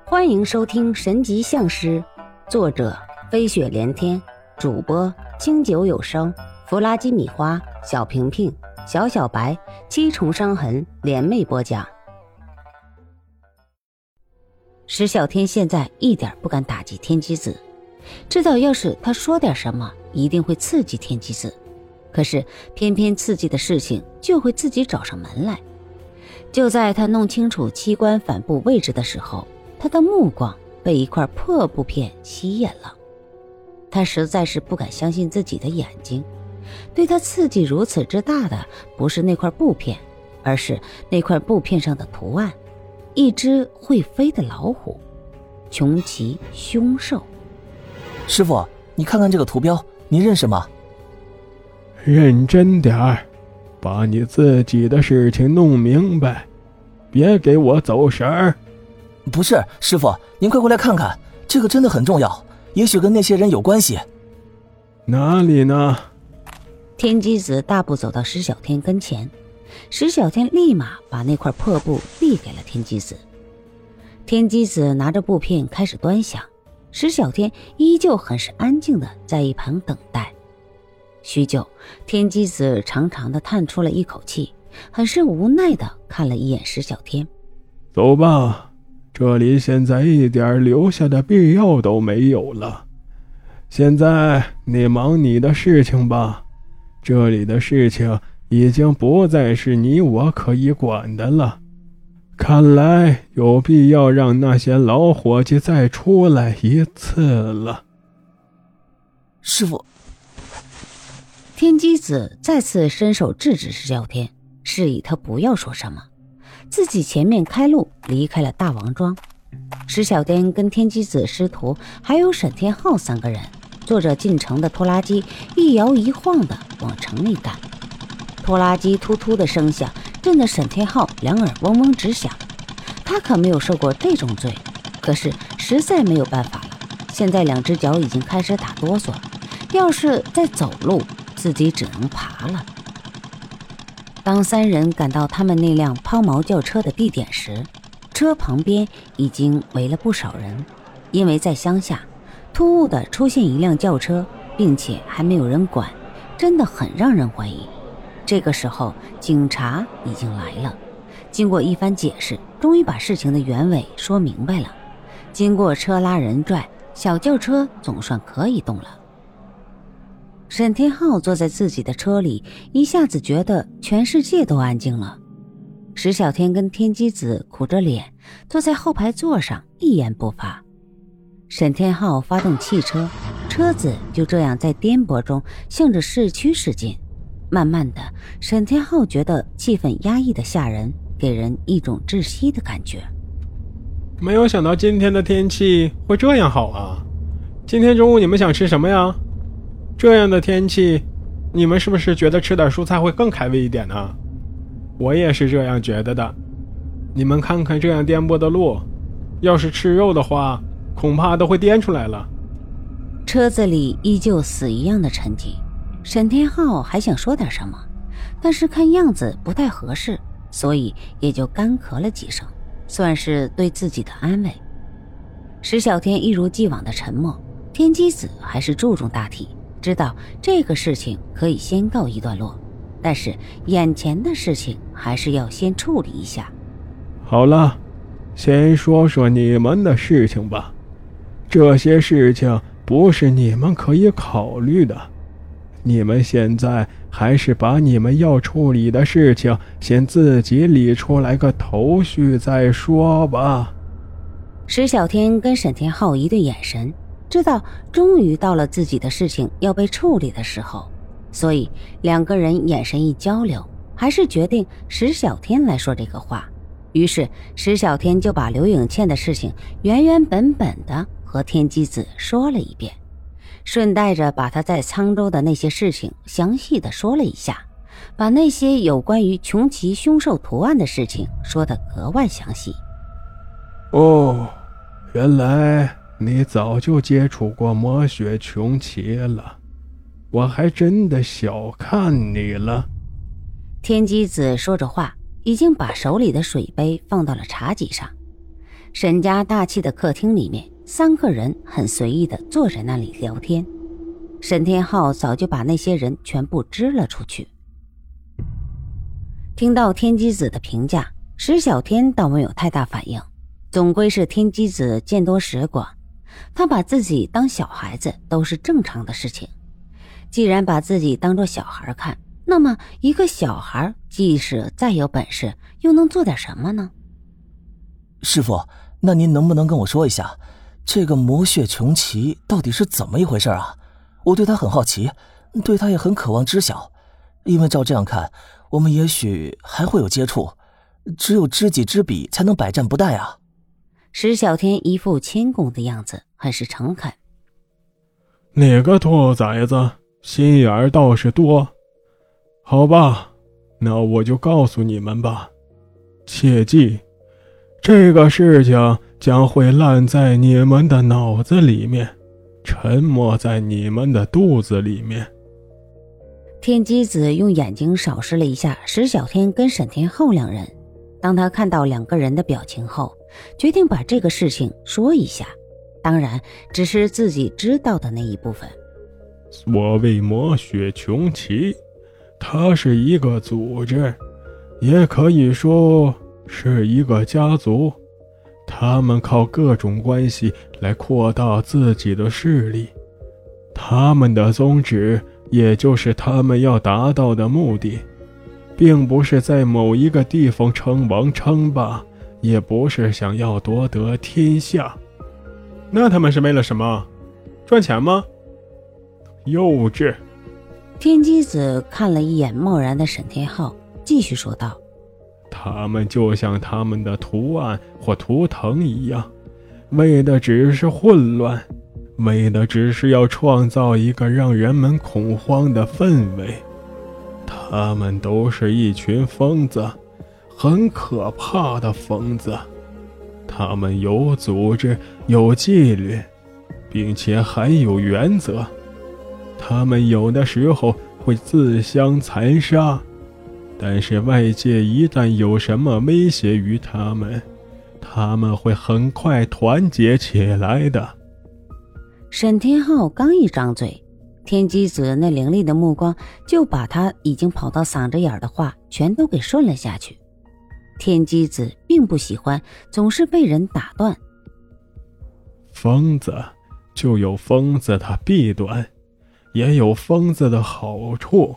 欢迎收听神级相师，作者飞雪连天，主播清酒有声，弗拉基米花，小平平，小白，七重伤痕联袂播讲。石小天现在一点不敢打击天机子，知道要是他说点什么一定会刺激天机子，可是偏偏刺激的事情就会自己找上门来。就在他弄清楚器官反部位置的时候，他的目光被一块破布片吸引了。他实在是不敢相信自己的眼睛，对他刺激如此之大的不是那块布片，而是那块布片上的图案，一只会飞的老虎，穷奇凶兽。 师傅，你看看这个图标，你认识吗？ 认真点儿，把你自己的事情弄明白，别给我走神儿。 不是，师傅，您快过来看看，这个真的很重要，也许跟那些人有关系。 哪里呢？ 天机子大步走到石小天跟前，石小天立马把那块破布递给了天机子。天机子拿着布片开始端详，石小天依旧很是安静的在一旁等待。许久，天机子长长的叹出了一口气，很是无奈的看了一眼石小天。 走吧，这里现在一点留下的必要都没有了。现在你忙你的事情吧，这里的事情已经不再是你我可以管的了。看来有必要让那些老伙计再出来一次了。 师傅， 天机子再次伸手制止石小天，示意他不要说什么，自己前面开路离开了大王庄。石小天跟天机子师徒还有沈天浩三个人坐着进城的拖拉机一摇一晃的往城里赶。拖拉机突突的声响震得沈天浩两耳嗡嗡直响，他可没有受过这种罪，可是实在没有办法了，现在两只脚已经开始打哆嗦，要是再走路自己只能爬了。当三人赶到他们那辆抛锚轿车的地点时，车旁边已经围了不少人，因为在乡下突兀地出现一辆轿车，并且还没有人管，真的很让人怀疑。这个时候警察已经来了，经过一番解释，终于把事情的原委说明白了。经过车拉人拽，小轿车总算可以动了。沈天浩坐在自己的车里，一下子觉得全世界都安静了。石小天跟天机子苦着脸坐在后排座上一言不发。沈天浩发动汽车，车子就这样在颠簸中向着市区驶进。慢慢的，沈天浩觉得气氛压抑的吓人，给人一种窒息的感觉。 没有想到今天的天气会这样好啊！今天中午你们想吃什么呀？这样的天气，你们是不是觉得吃点蔬菜会更开胃一点呢？我也是这样觉得的。你们看看这样颠簸的路，要是吃肉的话，恐怕都会颠出来了。 车子里依旧死一样的沉寂。沈天浩还想说点什么，但是看样子不太合适，所以也就干咳了几声，算是对自己的安慰。石小天一如既往的沉默，天机子还是注重大体，知道这个事情可以先告一段落，但是眼前的事情还是要先处理一下。 好了，先说说你们的事情吧，这些事情不是你们可以考虑的。你们现在还是把你们要处理的事情先自己理出来个头绪再说吧。 石小天跟沈天浩一对眼神，知道终于到了自己的事情要被处理的时候，所以两个人眼神一交流，还是决定石小天来说这个话。于是石小天就把刘颖倩的事情原原本本的和天机子说了一遍，顺带着把他在沧州的那些事情详细的说了一下，把那些有关于穷奇凶兽图案的事情说得格外详细。 哦，原来你早就接触过魔血穷奇了，我还真的小看你了。 天机子说着话，已经把手里的水杯放到了茶几上。 沈家大气的客厅里面，3个人很随意地坐在那里聊天。沈天浩早就把那些人全部支了出去。听到天机子的评价，石小天倒没有太大反应，总归是天机子见多识广，他把自己当小孩子都是正常的事情。既然把自己当作小孩看，那么一个小孩即使再有本事，又能做点什么呢？ 师傅，那您能不能跟我说一下，这个魔血穷奇到底是怎么一回事啊？我对他很好奇，对他也很渴望知晓，因为照这样看，我们也许还会有接触，只有知己知彼才能百战不殆啊。 石小天一副谦恭的样子，很是诚恳。 哪个兔崽子心眼儿倒是多。好吧，那我就告诉你们吧，切记，这个事情将会烂在你们的脑子里面，沉没在你们的肚子里面。 天机子用眼睛扫视了一下石小天跟沈天浩2人，当他看到2个人的表情后，决定把这个事情说一下，当然只是自己知道的那一部分。 所谓魔血穷奇，它是一个组织，也可以说是一个家族，他们靠各种关系来扩大自己的势力，他们的宗旨也就是他们要达到的目的，并不是在某一个地方称王称霸，也不是想要夺得天下。那他们是为了什么？赚钱吗？幼稚。 天机子看了一眼贸然的沈天浩，继续说道： 他们就像他们的图案或图腾一样，为的只是混乱，为的只是要创造一个让人们恐慌的氛围。他们都是一群疯子，很可怕的疯子。他们有组织，有纪律，并且还有原则。他们有的时候会自相残杀，但是外界一旦有什么威胁于他们，他们会很快团结起来的。 沈天浩刚一张嘴，天机子那凌厉的目光就把他已经跑到嗓子眼的话全都给顺了下去。天机子并不喜欢总是被人打断。 疯子就有疯子的弊端，也有疯子的好处。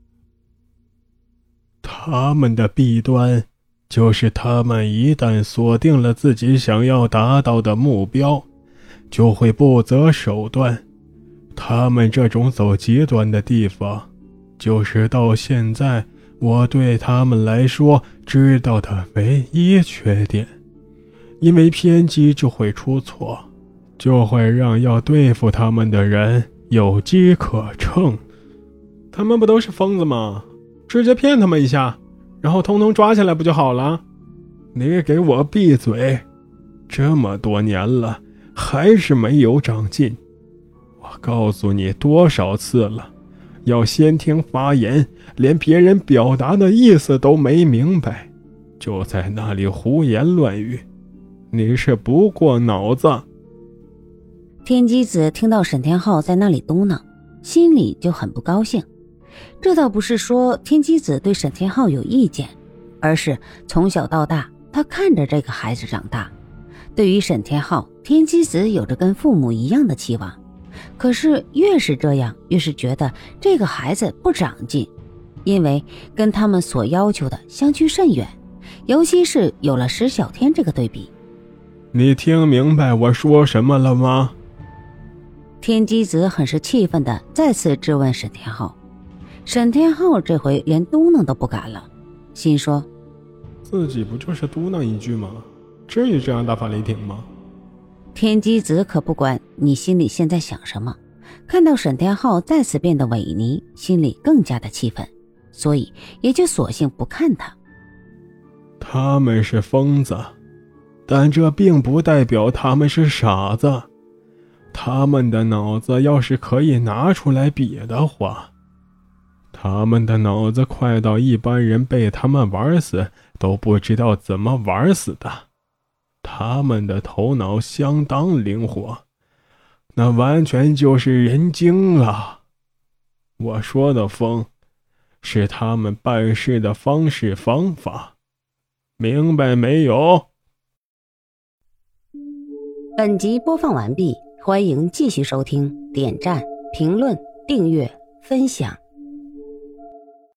他们的弊端就是他们一旦锁定了自己想要达到的目标，就会不择手段。他们这种走极端的地方，就是到现在我对他们来说知道的唯一缺点。因为偏激就会出错，就会让要对付他们的人有机可乘。他们不都是疯子吗？直接骗他们一下，然后通通抓起来不就好了？你给我闭嘴！这么多年了，还是没有长进。我告诉你多少次了，要先听发言，连别人表达的意思都没明白，就在那里胡言乱语，你是不过脑子。 天机子听到沈天浩在那里嘟囔，心里就很不高兴。这倒不是说天机子对沈天浩有意见，而是从小到大他看着这个孩子长大，对于沈天浩，天机子有着跟父母一样的期望。可是越是这样，越是觉得这个孩子不长进，因为跟他们所要求的相去甚远，尤其是有了石小天这个对比。 你听明白我说什么了吗？ 天机子很是气愤地再次质问沈天浩。沈天浩这回连嘟囔都不敢了，心说自己不就是嘟囔一句吗？至于这样大发雷霆吗？ 天机子可不管你心里现在想什么，看到沈天浩再次变得萎靡，心里更加的气愤，所以也就索性不看他。 他们是疯子，但这并不代表他们是傻子。他们的脑子要是可以拿出来比的话，他们的脑子快到一般人被他们玩死都不知道怎么玩死的。 他们的头脑相当灵活，那完全就是人精了。我说的疯，是他们办事的方式方法，明白没有？ 本集播放完毕，欢迎继续收听，点赞、评论、订阅、分享。